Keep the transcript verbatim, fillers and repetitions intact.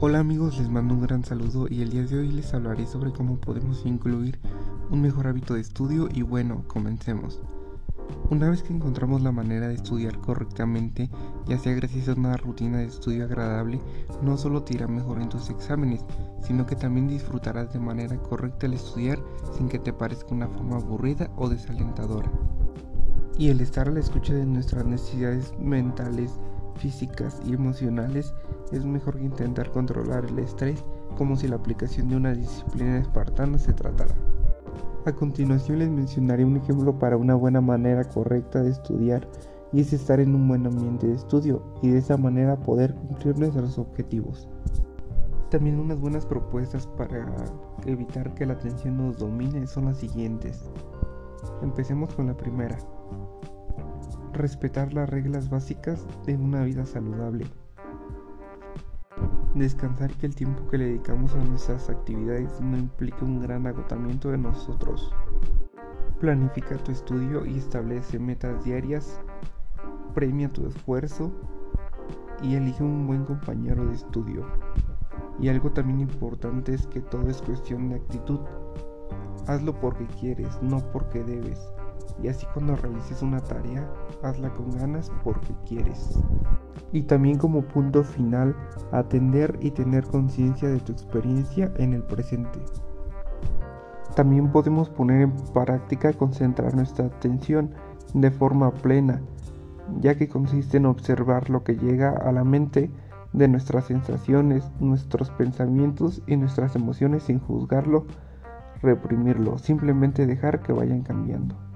Hola amigos, les mando un gran saludo y el día de hoy les hablaré sobre cómo podemos incluir un mejor hábito de estudio y bueno, comencemos. Una vez que encontramos la manera de estudiar correctamente, ya sea gracias a una rutina de estudio agradable, no solo te irá mejor en tus exámenes, sino que también disfrutarás de manera correcta el estudiar sin que te parezca una forma aburrida o desalentadora. Y el estar a la escucha de nuestras necesidades mentales, físicas y emocionales es mejor que intentar controlar el estrés como si la aplicación de una disciplina espartana se tratara. A continuación les mencionaré un ejemplo para una buena manera correcta de estudiar, y es estar en un buen ambiente de estudio y de esa manera poder cumplir nuestros objetivos. También unas buenas propuestas para evitar que la atención nos domine son las siguientes. Empecemos con la primera. Respetar las reglas básicas de una vida saludable. Descansar y que el tiempo que le dedicamos a nuestras actividades no implique un gran agotamiento de nosotros. Planifica tu estudio y establece metas diarias. Premia tu esfuerzo y elige un buen compañero de estudio. Y algo también importante es que todo es cuestión de actitud. Hazlo porque quieres, no porque debes. Y así cuando realices una tarea, hazla con ganas porque quieres. Y también como punto final, atender y tener conciencia de tu experiencia en el presente. También podemos poner en práctica concentrar nuestra atención de forma plena, ya que consiste en observar lo que llega a la mente de nuestras sensaciones, nuestros pensamientos y nuestras emociones sin juzgarlo, reprimirlo, simplemente dejar que vayan cambiando.